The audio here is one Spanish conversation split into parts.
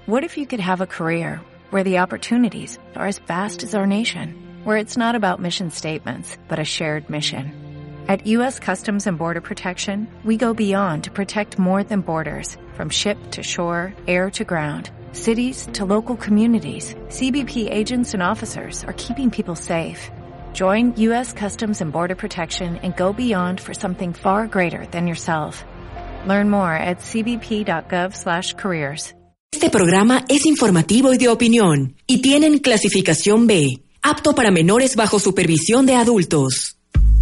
What if you could have a career where the opportunities are as vast as our nation, where it's not about mission statements, but a shared mission? At U.S. Customs and Border Protection, we go beyond to protect more than borders, from ship to shore, air to ground, cities to local communities. CBP agents and officers are keeping people safe. Join U.S. Customs and Border Protection and go beyond for something far greater than yourself. Learn more at cbp.gov/careers. Este programa es informativo y de opinión y tienen clasificación B, apto para menores bajo supervisión de adultos.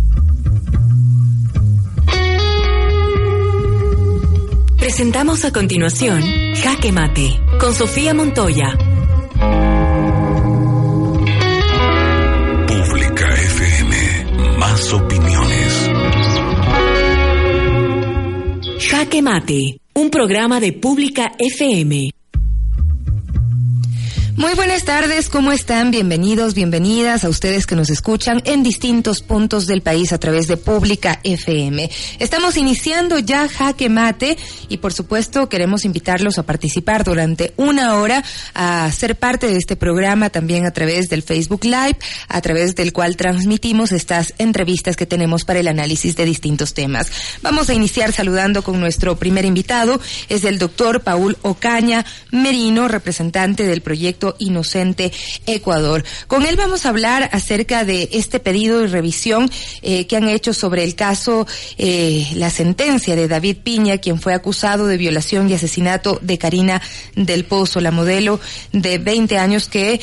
Presentamos a continuación Jaque Mate con Sofía Montoya. Pública FM, más opiniones. Jaque Mate, un programa de Pública FM. Muy buenas tardes, ¿cómo están? Bienvenidos, bienvenidas a ustedes que nos escuchan en distintos puntos del país a través de Pública FM. Estamos iniciando ya Jaque Mate y por supuesto queremos invitarlos a participar durante una hora, a ser parte de este programa también a través del Facebook Live, a través del cual transmitimos estas entrevistas que tenemos para el análisis de distintos temas. Vamos a iniciar saludando con nuestro primer invitado, es el doctor Paul Ocaña Merino, representante del proyecto Inocente Ecuador. Con él vamos a hablar acerca de este pedido de revisión que han hecho sobre el caso, la sentencia de David Piña, quien fue acusado de violación y asesinato de Karina del Pozo, la modelo de 20 años que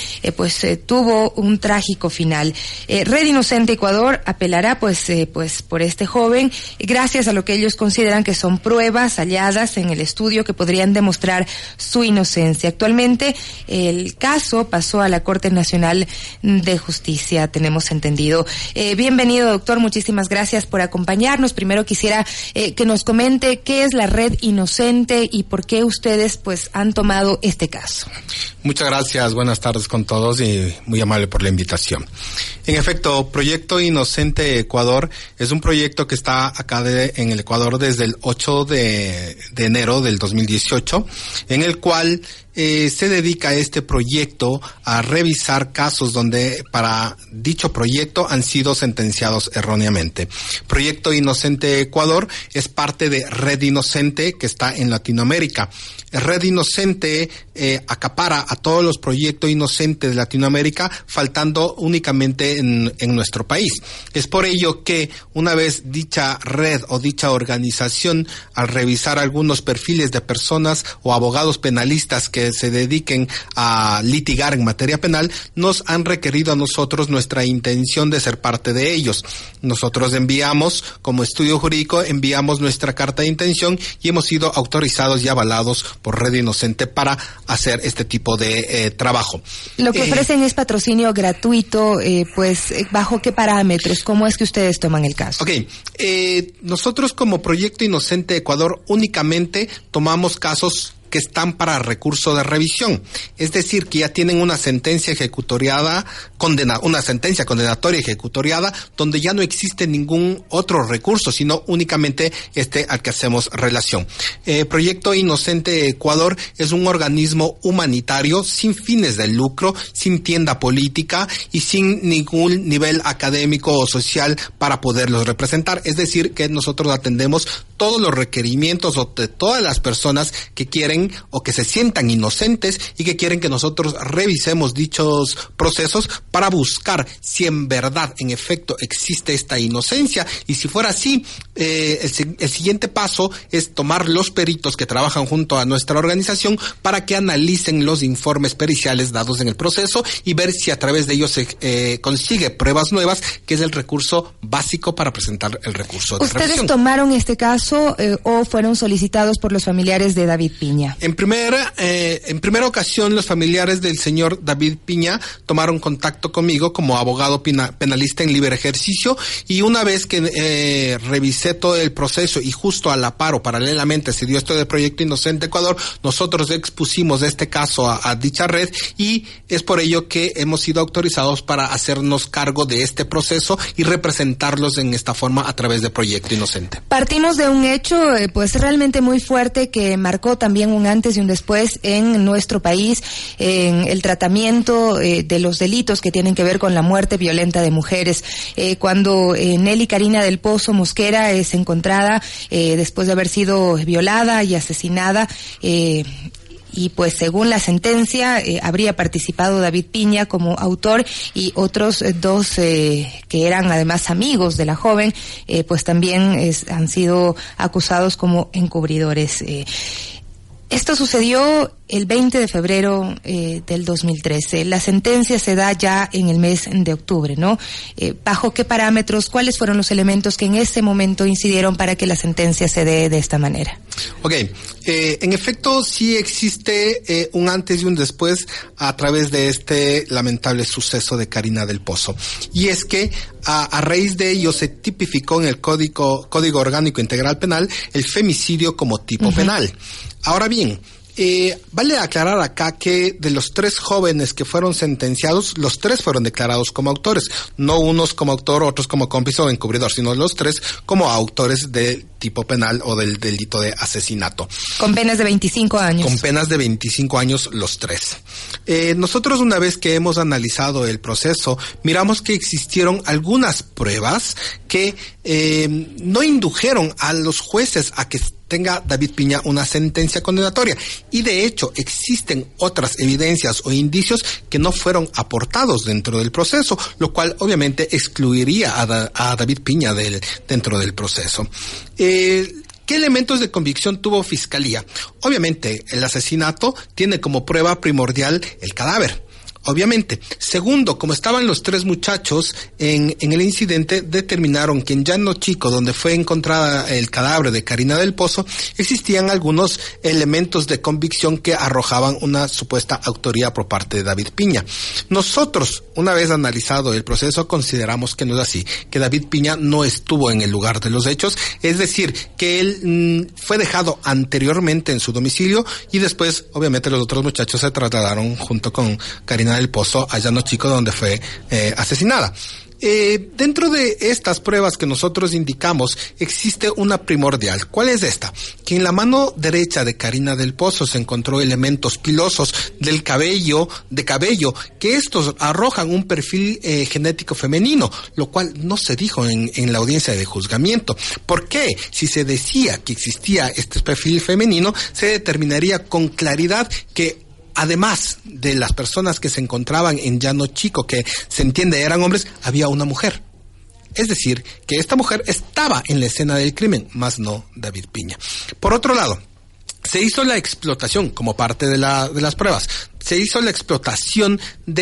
tuvo un trágico final. Red Inocente Ecuador apelará pues por este joven, gracias a lo que ellos consideran que son pruebas halladas en el estudio que podrían demostrar su inocencia. Actualmente el caso pasó a la Corte Nacional de Justicia, tenemos entendido. Bienvenido, doctor, muchísimas gracias por acompañarnos. Primero quisiera que nos comente qué es la Red Inocente y por qué ustedes han tomado este caso. Muchas gracias, buenas tardes con todos y muy amable por la invitación. En efecto, Proyecto Inocente Ecuador es un proyecto que está acá en el Ecuador desde el 8 de enero del 2018, en el cual se dedica a este proyecto a revisar casos donde para dicho proyecto han sido sentenciados erróneamente. Proyecto Inocente Ecuador es parte de Red Inocente que está en Latinoamérica. Red Inocente acapara a todos los proyectos inocentes de Latinoamérica, faltando únicamente en nuestro país. Es por ello que una vez dicha red o dicha organización, al revisar algunos perfiles de personas o abogados penalistas que se dediquen a litigar en materia penal, nos han requerido a nosotros nuestra intención de ser parte de ellos. Nosotros enviamos, como estudio jurídico, enviamos nuestra carta de intención y hemos sido autorizados y avalados por Red Inocente para hacer este tipo de trabajo. Lo que ofrecen es patrocinio gratuito, ¿bajo qué parámetros? ¿Cómo es que ustedes toman el caso? Nosotros como Proyecto Inocente Ecuador únicamente tomamos casos que están para recurso de revisión, es decir, que ya tienen una sentencia ejecutoriada, una sentencia condenatoria ejecutoriada, donde ya no existe ningún otro recurso, sino únicamente al que hacemos relación. Proyecto Inocente Ecuador es un organismo humanitario sin fines de lucro, sin tienda política y sin ningún nivel académico o social para poderlos representar, es decir, que nosotros atendemos todos los requerimientos de todas las personas que quieren o que se sientan inocentes y que quieren que nosotros revisemos dichos procesos para buscar si en verdad, en efecto, existe esta inocencia. Y si fuera así, el siguiente paso es tomar los peritos que trabajan junto a nuestra organización para que analicen los informes periciales dados en el proceso y ver si a través de ellos se consigue pruebas nuevas, que es el recurso básico para presentar el recurso de revisión. ¿Ustedes tomaron este caso o fueron solicitados por los familiares de David Piña? En primera ocasión, los familiares del señor David Piña tomaron contacto conmigo como abogado penalista en libre ejercicio, y una vez que revisé todo el proceso y justo a la par o paralelamente se dio esto de Proyecto Inocente Ecuador, nosotros expusimos este caso a dicha red y es por ello que hemos sido autorizados para hacernos cargo de este proceso y representarlos en esta forma a través de Proyecto Inocente. Partimos de un hecho realmente muy fuerte que marcó también un un antes y un después en nuestro país en el tratamiento de los delitos que tienen que ver con la muerte violenta de mujeres. Cuando Nelly Karina del Pozo Mosquera es encontrada después de haber sido violada y asesinada, y pues según la sentencia habría participado David Piña como autor y otros dos que eran además amigos de la joven, pues también han sido acusados como encubridores. Esto sucedió el 20 de febrero del 2013. La sentencia se da ya en el mes de octubre, ¿no? ¿Bajo qué parámetros, cuáles fueron los elementos que en ese momento incidieron para que la sentencia se dé de esta manera? Ok, en efecto sí existe un antes y un después a través de este lamentable suceso de Karina del Pozo. Y es que a raíz de ello se tipificó en el Código Orgánico Integral Penal el femicidio como tipo penal. Ahora bien, vale aclarar acá que de los 3 jóvenes que fueron sentenciados, los 3 fueron declarados como autores, no unos como autor, otros como cómplice o encubridor, sino los 3 como autores del tipo penal o del delito de asesinato. Con penas de 25 años. Con penas de 25 años los 3. Nosotros, una vez que hemos analizado el proceso, miramos que existieron algunas pruebas que no indujeron a los jueces a que tenga David Piña una sentencia condenatoria. Y de hecho existen otras evidencias o indicios que no fueron aportados dentro del proceso, lo cual obviamente excluiría a David Piña dentro del proceso. ¿Qué elementos de convicción tuvo Fiscalía? Obviamente el asesinato tiene como prueba primordial el cadáver. Obviamente. Segundo, como estaban los 3 muchachos en el incidente, determinaron que en Llano Chico, donde fue encontrada el cadáver de Karina del Pozo, existían algunos elementos de convicción que arrojaban una supuesta autoría por parte de David Piña. Nosotros, una vez analizado el proceso, consideramos que no es así, que David Piña no estuvo en el lugar de los hechos, es decir, que él fue dejado anteriormente en su domicilio y después, obviamente, los otros muchachos se trasladaron junto con Karina del Pozo a Llano Chico, donde fue asesinada. Dentro de estas pruebas que nosotros indicamos, existe una primordial. ¿Cuál es esta? Que en la mano derecha de Karina del Pozo se encontró elementos pilosos de cabello, que estos arrojan un perfil genético femenino, lo cual no se dijo en la audiencia de juzgamiento. ¿Por qué? Si se decía que existía este perfil femenino, se determinaría con claridad que además de las personas que se encontraban en Llano Chico, que se entiende eran hombres, había una mujer. Es decir, que esta mujer estaba en la escena del crimen, más no David Piña. Por otro lado, se hizo la explotación como parte de las pruebas. Se hizo la explotación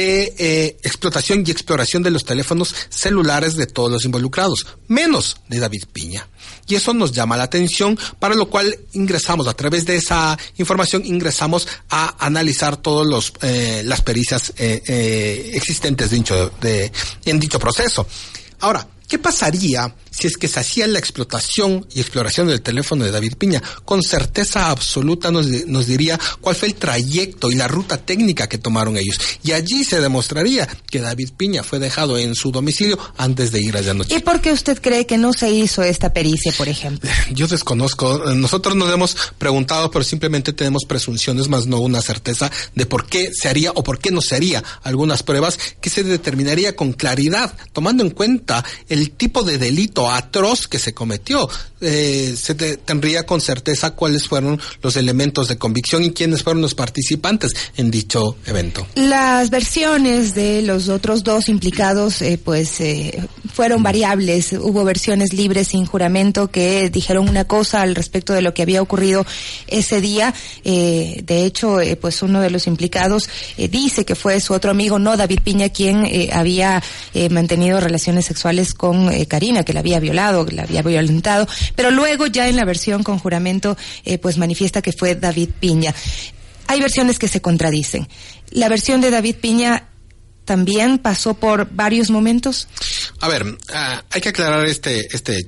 y exploración de los teléfonos celulares de todos los involucrados, menos de David Piña. Y eso nos llama la atención, para lo cual ingresamos, a través de esa información, a analizar todas las pericias existentes en dicho proceso. Ahora, ¿qué pasaría si es que se hacía la explotación y exploración del teléfono de David Piña? Con certeza absoluta nos diría cuál fue el trayecto y la ruta técnica que tomaron ellos. Y allí se demostraría que David Piña fue dejado en su domicilio antes de ir a Llano Chico. ¿Y por qué usted cree que no se hizo esta pericia, por ejemplo? Yo desconozco. Nosotros nos hemos preguntado, pero simplemente tenemos presunciones, más no una certeza de por qué se haría o por qué no se haría algunas pruebas que se determinaría con claridad, tomando en cuenta el tipo de delito atroz que se cometió. Se tendría con certeza cuáles fueron los elementos de convicción y quiénes fueron los participantes en dicho evento. Las versiones de los otros 2 implicados fueron variables. Hubo versiones libres sin juramento que dijeron una cosa al respecto de lo que había ocurrido ese día. De hecho, uno de los implicados dice que fue su otro amigo, no David Piña, quien había mantenido relaciones sexuales con Karina, que la había violado, que la había violentado, pero luego ya en la versión con juramento manifiesta que fue David Piña. Hay versiones que se contradicen. ¿La versión de David Piña también pasó por varios momentos? A ver, hay que aclarar este hecho.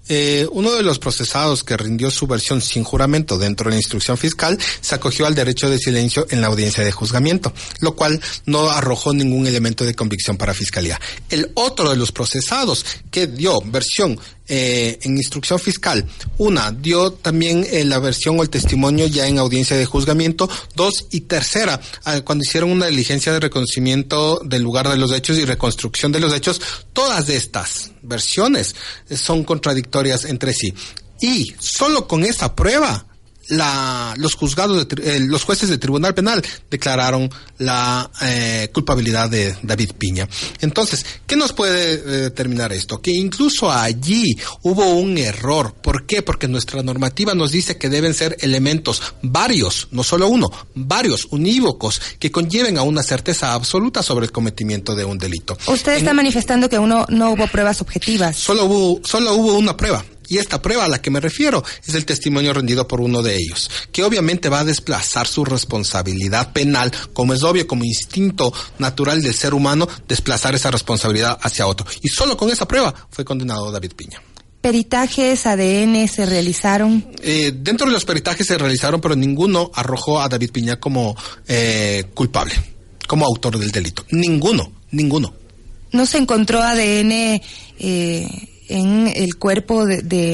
Uno de los procesados que rindió su versión sin juramento dentro de la instrucción fiscal se acogió al derecho de silencio en la audiencia de juzgamiento, lo cual no arrojó ningún elemento de convicción para Fiscalía. El otro de los procesados que dio versión en instrucción fiscal, dio también la versión o el testimonio ya en audiencia de juzgamiento, 2 y tercera, cuando hicieron una diligencia de reconocimiento del lugar de los hechos y reconstrucción de los hechos. Todas estas versiones son contradictorias entre sí. Y solo con esa prueba, los jueces de Tribunal Penal declararon la culpabilidad de David Piña. Entonces, ¿qué nos puede determinar esto? Que incluso allí hubo un error. ¿Por qué? Porque nuestra normativa nos dice que deben ser elementos varios, no solo uno, varios, unívocos, que conlleven a una certeza absoluta sobre el cometimiento de un delito. Usted está manifestando que no hubo pruebas objetivas. Solo hubo una prueba. Y esta prueba a la que me refiero es el testimonio rendido por uno de ellos, que obviamente va a desplazar su responsabilidad penal, como es obvio, como instinto natural del ser humano, desplazar esa responsabilidad hacia otro. Y solo con esa prueba fue condenado David Piña. ¿Peritajes ADN se realizaron? Dentro de los peritajes se realizaron, pero ninguno arrojó a David Piña como culpable, como autor del delito. Ninguno. ¿No se encontró ADN en el cuerpo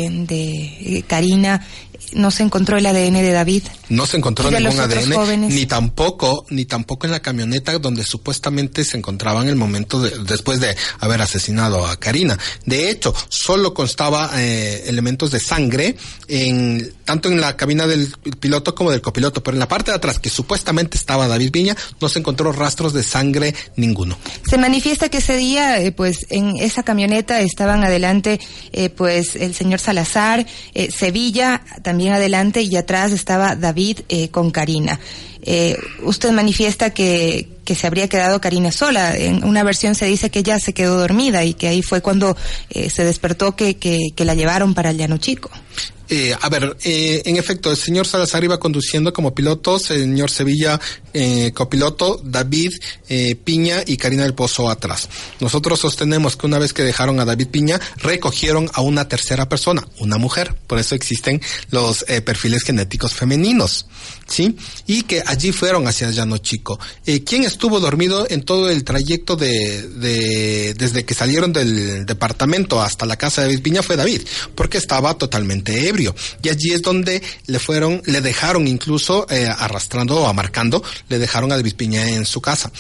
de Karina? ¿No se encontró el ADN de David? No se encontró ningún ADN, jóvenes? ni tampoco en la camioneta donde supuestamente se encontraba en el momento después de haber asesinado a Karina. De hecho, solo constaba elementos de sangre tanto en la cabina del piloto como del copiloto, pero en la parte de atrás, que supuestamente estaba David Piña, no se encontró rastros de sangre ninguno. Se manifiesta que ese día, pues en esa camioneta estaban adelante, pues el señor Salazar, Sevilla, también adelante, y atrás estaba David con Karina. Usted manifiesta que se habría quedado Karina sola. En una versión se dice que ella se quedó dormida y que ahí fue cuando se despertó que la llevaron para el Llano Chico. En efecto, el señor Salazar iba conduciendo como piloto, señor Sevilla copiloto, David Piña y Karina del Pozo atrás. Nosotros sostenemos que una vez que dejaron a David Piña, recogieron a una tercera persona, una mujer. Por eso existen los perfiles genéticos femeninos, ¿sí? Y que allí fueron hacia el Llano Chico. ¿Quién estuvo dormido en todo el trayecto desde que salieron del departamento hasta la casa de David Piña? Fue David, porque estaba totalmente ebrio. Y allí es donde le dejaron incluso arrastrando o amarcando, le dejaron a David Piña en su casa.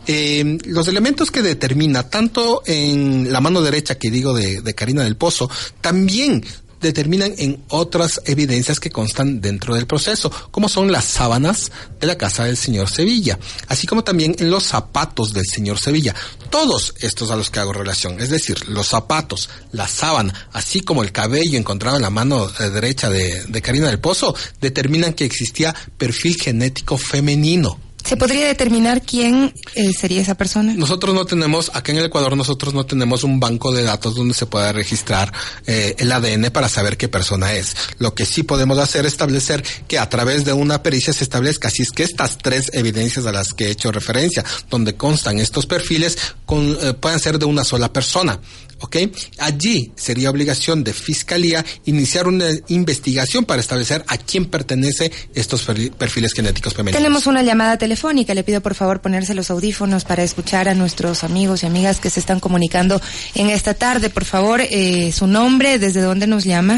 Los elementos que determina tanto en la mano derecha que digo de Karina del Pozo, también determinan en otras evidencias que constan dentro del proceso, como son las sábanas de la casa del señor Sevilla, así como también en los zapatos del señor Sevilla. Todos estos a los que hago relación, es decir, los zapatos, la sábana, así como el cabello encontrado en la mano derecha de Karina del Pozo, determinan que existía perfil genético femenino. ¿Se podría determinar quién sería esa persona? Nosotros no tenemos, acá en el Ecuador, nosotros no tenemos un banco de datos donde se pueda registrar el ADN para saber qué persona es. Lo que sí podemos hacer es establecer que a través de una pericia se establezca si es que estas tres evidencias a las que he hecho referencia, donde constan estos perfiles, puedan ser de una sola persona. ¿Ok? Allí sería obligación de Fiscalía iniciar una investigación para establecer a quién pertenece estos perfiles genéticos femeninos. Tenemos una llamada telefónica. Le pido por favor ponerse los audífonos para escuchar a nuestros amigos y amigas que se están comunicando en esta tarde. Por favor, su nombre, ¿desde dónde nos llama?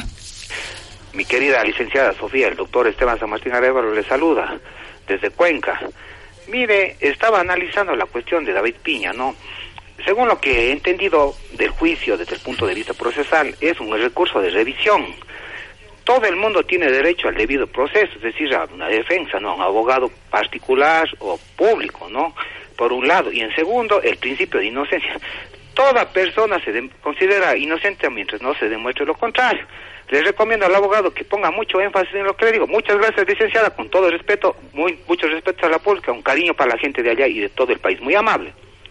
Mi querida licenciada Sofía, el doctor Esteban San Martín Arévalo le saluda desde Cuenca. Mire, estaba analizando la cuestión de David Piña, ¿no? Según lo que he entendido del juicio desde el punto de vista procesal, es un recurso de revisión. Todo el mundo tiene derecho al debido proceso, es decir, a una defensa, ¿no? Un abogado particular o público, ¿no? Por un lado. Y en segundo, el principio de inocencia. Toda persona se considera inocente mientras no se demuestre lo contrario. Les recomiendo al abogado que ponga mucho énfasis en lo que le digo. Muchas gracias, licenciada, con todo respeto, mucho respeto a la pública, un cariño para la gente de allá y de todo el país. Muy amable.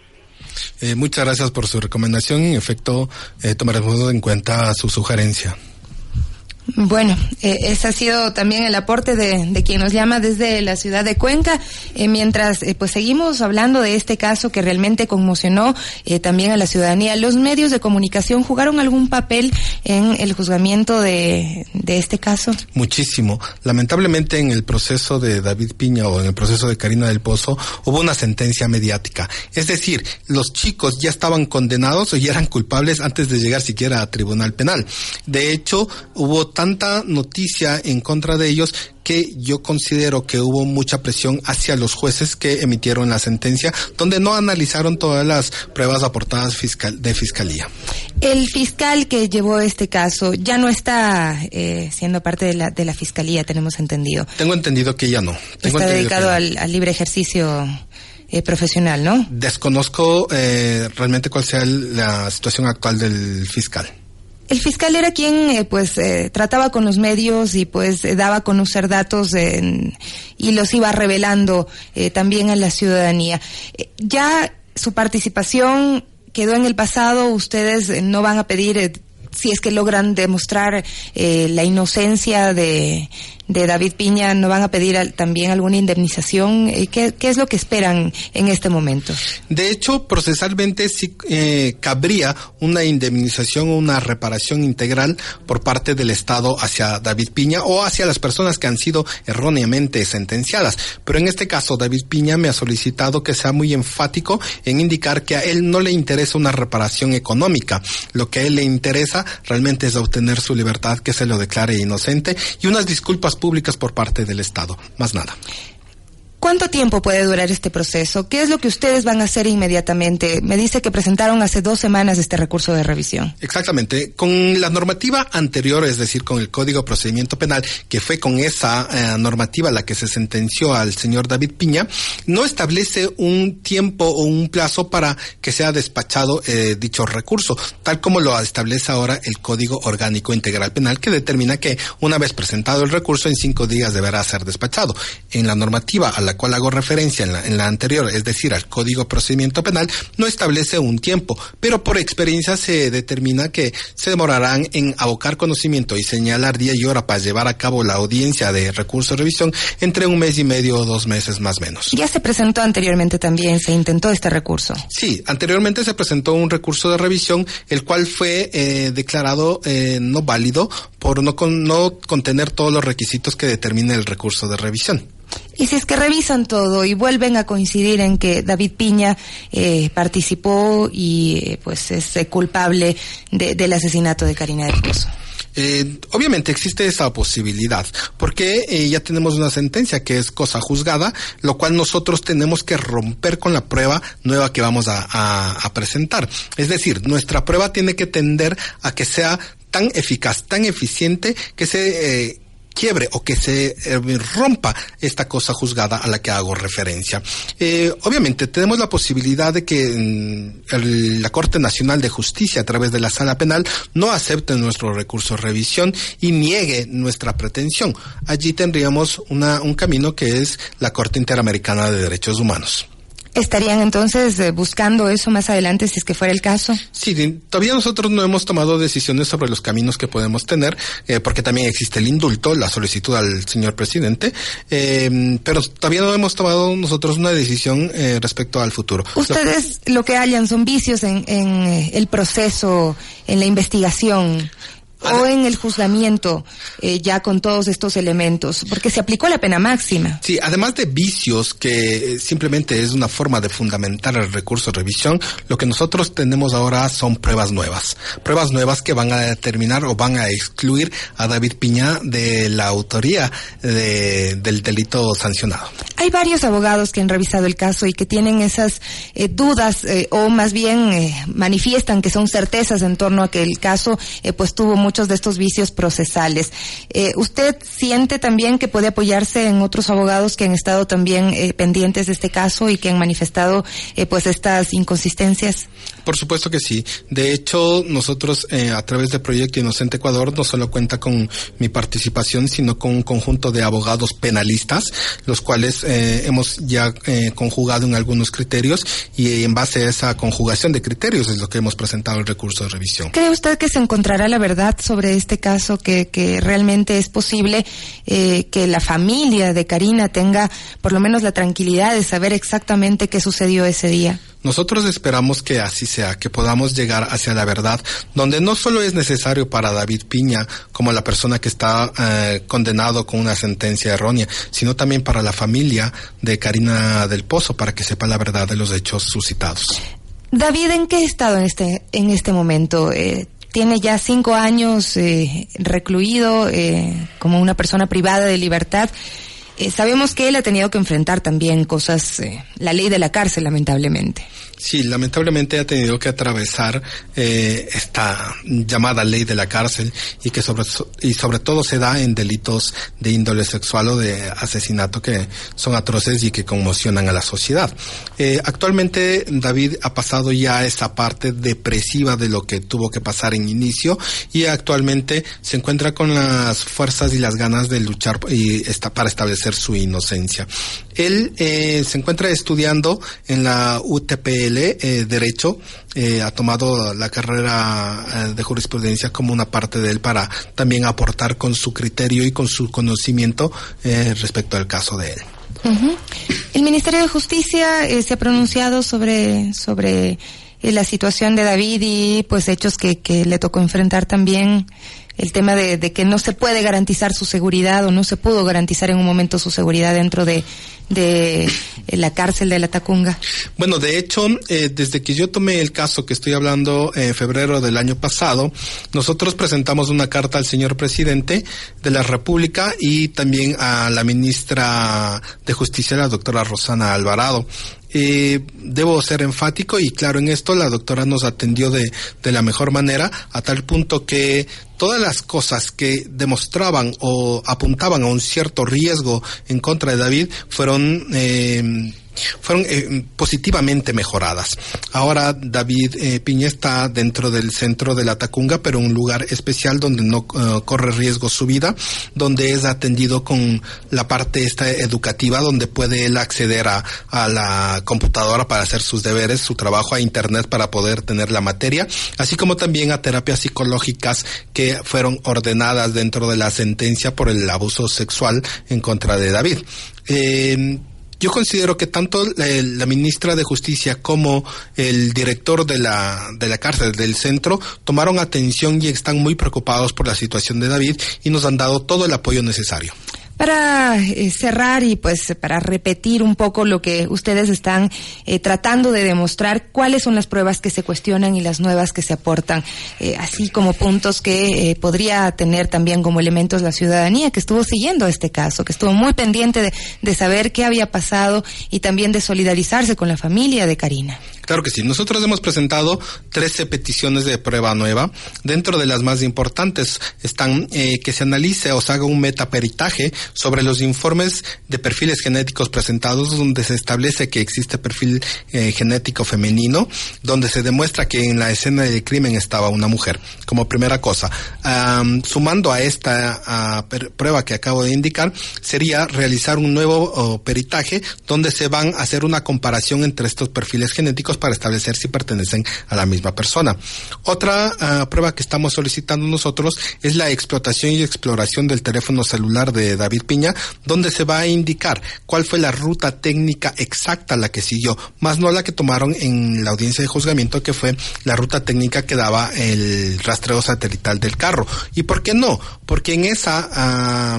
Muchas gracias por su recomendación. En efecto, tomaremos en cuenta su sugerencia. Bueno, ese ha sido también el aporte de quien nos llama desde la ciudad de Cuenca, mientras pues seguimos hablando de este caso que realmente conmocionó también a la ciudadanía. ¿Los medios de comunicación jugaron algún papel en el juzgamiento de este caso? Muchísimo. Lamentablemente en el proceso de David Piña o en el proceso de Karina del Pozo hubo una sentencia mediática. Es decir, los chicos ya estaban condenados o ya eran culpables antes de llegar siquiera a tribunal penal. De hecho, hubo tanta noticia en contra de ellos que yo considero que hubo mucha presión hacia los jueces que emitieron la sentencia, donde no analizaron todas las pruebas aportadas de fiscalía. El fiscal que llevó este caso ya no está siendo parte de la fiscalía, tenemos entendido. Tengo entendido que ya no. Está dedicado al libre ejercicio profesional, ¿no? Desconozco realmente cuál sea la situación actual del fiscal. El fiscal era quien trataba con los medios y daba a conocer datos y los iba revelando también a la ciudadanía. Ya su participación quedó en el pasado. Ustedes no van a pedir, si es que logran demostrar la inocencia de David Piña, no van a pedir también alguna indemnización. ¿Qué es lo que esperan en este momento? De hecho, procesalmente sí cabría una indemnización o una reparación integral por parte del Estado hacia David Piña o hacia las personas que han sido erróneamente sentenciadas. Pero en este caso, David Piña me ha solicitado que sea muy enfático en indicar que a él no le interesa una reparación económica. Lo que a él le interesa realmente es obtener su libertad, que se lo declare inocente, y unas disculpas públicas por parte del Estado, más nada. ¿Cuánto tiempo puede durar este proceso? ¿Qué es lo que ustedes van a hacer inmediatamente? Me dice que presentaron hace 2 semanas este recurso de revisión. Exactamente. Con la normativa anterior, es decir, con el Código de Procedimiento Penal, que fue con esa normativa la que se sentenció al señor David Piña, no establece un tiempo o un plazo para que sea despachado dicho recurso, tal como lo establece ahora el Código Orgánico Integral Penal, que determina que una vez presentado el recurso, en 5 días deberá ser despachado. En la normativa a la cual hago referencia en la anterior, es decir, al Código de Procedimiento Penal, no establece un tiempo, pero por experiencia se determina que se demorarán en abocar conocimiento y señalar día y hora para llevar a cabo la audiencia de recurso de revisión entre 1 mes y medio o 2 meses más o menos. Ya se presentó anteriormente también, se intentó este recurso. Sí, anteriormente se presentó un recurso de revisión, el cual fue declarado no válido por no contener todos los requisitos que determina el recurso de revisión. Y si es que revisan todo y vuelven a coincidir en que David Piña participó y es culpable del asesinato de Karina del Pozo. Obviamente existe esa posibilidad, porque ya tenemos una sentencia que es cosa juzgada, lo cual nosotros tenemos que romper con la prueba nueva que vamos a presentar. Es decir, nuestra prueba tiene que tender a que sea tan eficaz, tan eficiente, que se quiebre o que se rompa esta cosa juzgada a la que hago referencia. Obviamente tenemos la posibilidad de que la Corte Nacional de Justicia, a través de la Sala Penal, no acepte nuestro recurso de revisión y niegue nuestra pretensión. Allí tendríamos un camino que es la Corte Interamericana de Derechos Humanos. ¿Estarían entonces buscando eso más adelante si es que fuera el caso? Sí, todavía nosotros no hemos tomado decisiones sobre los caminos que podemos tener, porque también existe el indulto, la solicitud al señor presidente, pero todavía no hemos tomado nosotros una decisión respecto al futuro. ¿Ustedes lo que hallan son vicios en el proceso, en la investigación? ¿O en el juzgamiento, ya con todos estos elementos? Porque se aplicó la pena máxima. Sí, además de vicios, que simplemente es una forma de fundamentar el recurso de revisión, lo que nosotros tenemos ahora son pruebas nuevas que van a determinar o van a excluir a David Piña de la autoría del delito sancionado. Hay varios abogados que han revisado el caso y que tienen esas dudas, o más bien manifiestan que son certezas en torno a que el caso tuvo muchos de estos vicios procesales. ¿Usted siente también que puede apoyarse en otros abogados que han estado también pendientes de este caso y que han manifestado estas inconsistencias? Por supuesto que sí. De hecho, nosotros a través del Proyecto Inocente Ecuador no solo cuenta con mi participación, sino con un conjunto de abogados penalistas, los cuales hemos ya conjugado en algunos criterios, y en base a esa conjugación de criterios es lo que hemos presentado el recurso de revisión. ¿Cree usted que se encontrará la verdad sobre este caso, que realmente es posible que la familia de Karina tenga por lo menos la tranquilidad de saber exactamente qué sucedió ese día? Nosotros esperamos que así sea, que podamos llegar hacia la verdad, donde no solo es necesario para David Piña, como la persona que está condenado con una sentencia errónea, sino también para la familia de Karina del Pozo, para que sepa la verdad de los hechos suscitados. David, ¿en qué estado en este momento? Tiene ya 5 años recluido como una persona privada de libertad. Sabemos que él ha tenido que enfrentar también cosas, la ley de la cárcel, lamentablemente. Sí, lamentablemente ha tenido que atravesar esta llamada ley de la cárcel, y que sobre todo se da en delitos de índole sexual o de asesinato, que son atroces y que conmocionan a la sociedad. Actualmente David ha pasado ya esa parte depresiva de lo que tuvo que pasar en inicio, y actualmente se encuentra con las fuerzas y las ganas de luchar para establecer su inocencia. Él se encuentra estudiando en la UTPL Derecho, ha tomado la carrera de jurisprudencia como una parte de él, para también aportar con su criterio y con su conocimiento respecto al caso de él. Uh-huh. El Ministerio de Justicia se ha pronunciado sobre la situación de David y pues hechos que le tocó enfrentar también. El tema de que no se puede garantizar su seguridad, o no se pudo garantizar en un momento su seguridad dentro de la cárcel de La Tacunga. Bueno, de hecho, desde que yo tomé el caso que estoy hablando en febrero del año pasado, nosotros presentamos una carta al señor presidente de la República y también a la ministra de Justicia, la doctora Rosana Alvarado. Debo ser enfático y claro en esto, la doctora nos atendió de la mejor manera, a tal punto que todas las cosas que demostraban o apuntaban a un cierto riesgo en contra de David fueron positivamente mejoradas. Ahora David Piña está dentro del centro de La Tacunga, pero un lugar especial donde no corre riesgo su vida, donde es atendido con la parte esta educativa, donde puede él acceder a la computadora para hacer sus deberes, su trabajo, a internet para poder tener la materia, así como también a terapias psicológicas que fueron ordenadas dentro de la sentencia por el abuso sexual en contra de David. Yo considero que tanto la ministra de Justicia como el director de la cárcel, del centro, tomaron atención y están muy preocupados por la situación de David y nos han dado todo el apoyo necesario. Para cerrar y pues para repetir un poco lo que ustedes están tratando de demostrar, ¿cuáles son las pruebas que se cuestionan y las nuevas que se aportan? Así como puntos que podría tener también como elementos la ciudadanía que estuvo siguiendo este caso, que estuvo muy pendiente de saber qué había pasado y también de solidarizarse con la familia de Karina. Claro que sí. Nosotros hemos presentado 13 peticiones de prueba nueva. Dentro de las más importantes están que se analice o se haga un metaperitaje sobre los informes de perfiles genéticos presentados, donde se establece que existe perfil genético femenino, donde se demuestra que en la escena del crimen estaba una mujer, como primera cosa. Sumando a esta prueba que acabo de indicar, sería realizar un nuevo peritaje, donde se van a hacer una comparación entre estos perfiles genéticos para establecer si pertenecen a la misma persona. Otra prueba que estamos solicitando nosotros es la explotación y exploración del teléfono celular de David Piña, donde se va a indicar cuál fue la ruta técnica exacta a la que siguió, más no la que tomaron en la audiencia de juzgamiento, que fue la ruta técnica que daba el rastreo satelital del carro. ¿Y por qué no? Porque en esa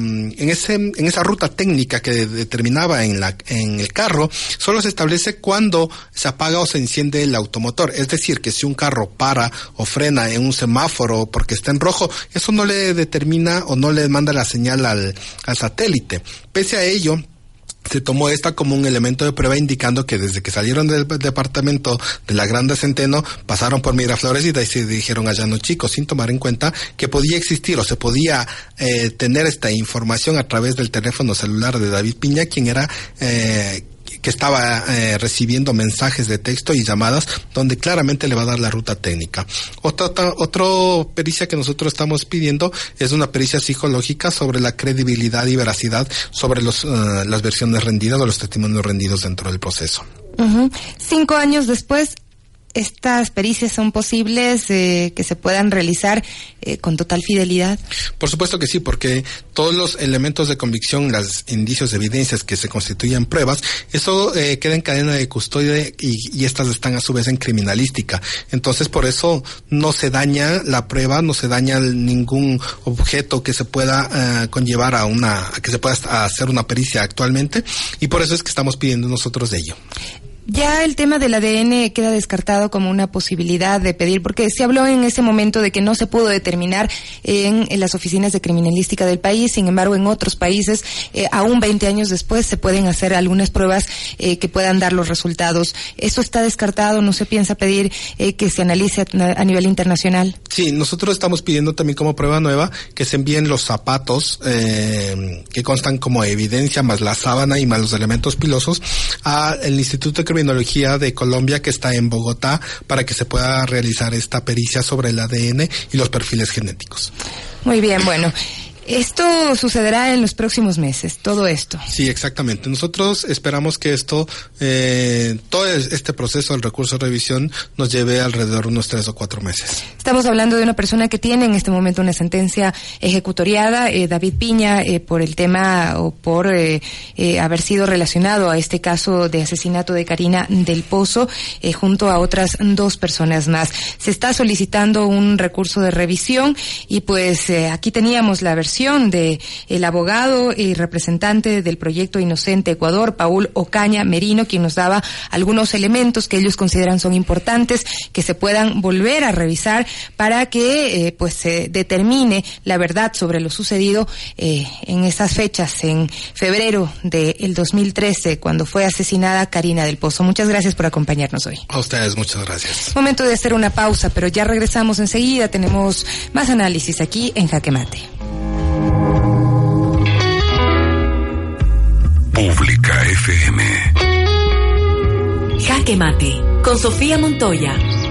ruta técnica que determinaba en el carro, solo se establece cuando se apaga o se enciende el automotor. Es decir, que si un carro para o frena en un semáforo porque está en rojo, eso no le determina o no le manda la señal al satélite. Pese a ello, se tomó esta como un elemento de prueba, indicando que desde que salieron del departamento de la Grande Centeno, pasaron por Miraflores y de ahí se dirigieron a Llano Chico, sin tomar en cuenta que podía existir o se podía tener esta información a través del teléfono celular de David Piña, quien era que que estaba recibiendo mensajes de texto y llamadas donde claramente le va a dar la ruta técnica. Otra pericia que nosotros estamos pidiendo es una pericia psicológica sobre la credibilidad y veracidad sobre las versiones rendidas o los testimonios rendidos dentro del proceso. 5 años después, ¿estas pericias son posibles que se puedan realizar con total fidelidad? Por supuesto que sí, porque todos los elementos de convicción, los indicios de evidencias que se constituyen pruebas, eso queda en cadena de custodia y estas están a su vez en criminalística. Entonces, por eso no se daña la prueba, no se daña ningún objeto que se pueda conllevar a que se pueda hacer una pericia actualmente, y por eso es que estamos pidiendo nosotros de ello. Ya el tema del ADN queda descartado como una posibilidad de pedir, porque se habló en ese momento de que no se pudo determinar en las oficinas de criminalística del país. Sin embargo, en otros países, aún 20 años después, se pueden hacer algunas pruebas que puedan dar los resultados. ¿Eso está descartado? ¿No se piensa pedir que se analice a nivel internacional? Sí, nosotros estamos pidiendo también como prueba nueva que se envíen los zapatos que constan como evidencia, más la sábana y más los elementos pilosos, al Instituto de Criminología de Colombia, que está en Bogotá, para que se pueda realizar esta pericia sobre el ADN y los perfiles genéticos. Muy bien, bueno. Esto sucederá en los próximos meses, todo esto. Sí, exactamente. Nosotros esperamos que todo este proceso del recurso de revisión nos lleve alrededor de unos 3 o 4 meses. Estamos hablando de una persona que tiene en este momento una sentencia ejecutoriada, David Piña, por el tema o por haber sido relacionado a este caso de asesinato de Karina del Pozo, junto a otras 2 personas más. Se está solicitando un recurso de revisión y pues aquí teníamos la versión de el abogado y representante del Proyecto Inocente Ecuador, Paul Ocaña Merino, quien nos daba algunos elementos que ellos consideran son importantes, que se puedan volver a revisar para que pues se determine la verdad sobre lo sucedido en esas fechas, en febrero del 2013, cuando fue asesinada Karina del Pozo. Muchas gracias por acompañarnos hoy. A ustedes, muchas gracias. Momento de hacer una pausa, pero ya regresamos enseguida. Tenemos más análisis aquí en Jaque Mate. Pública FM. Jaque Mate, con Sofía Montoya.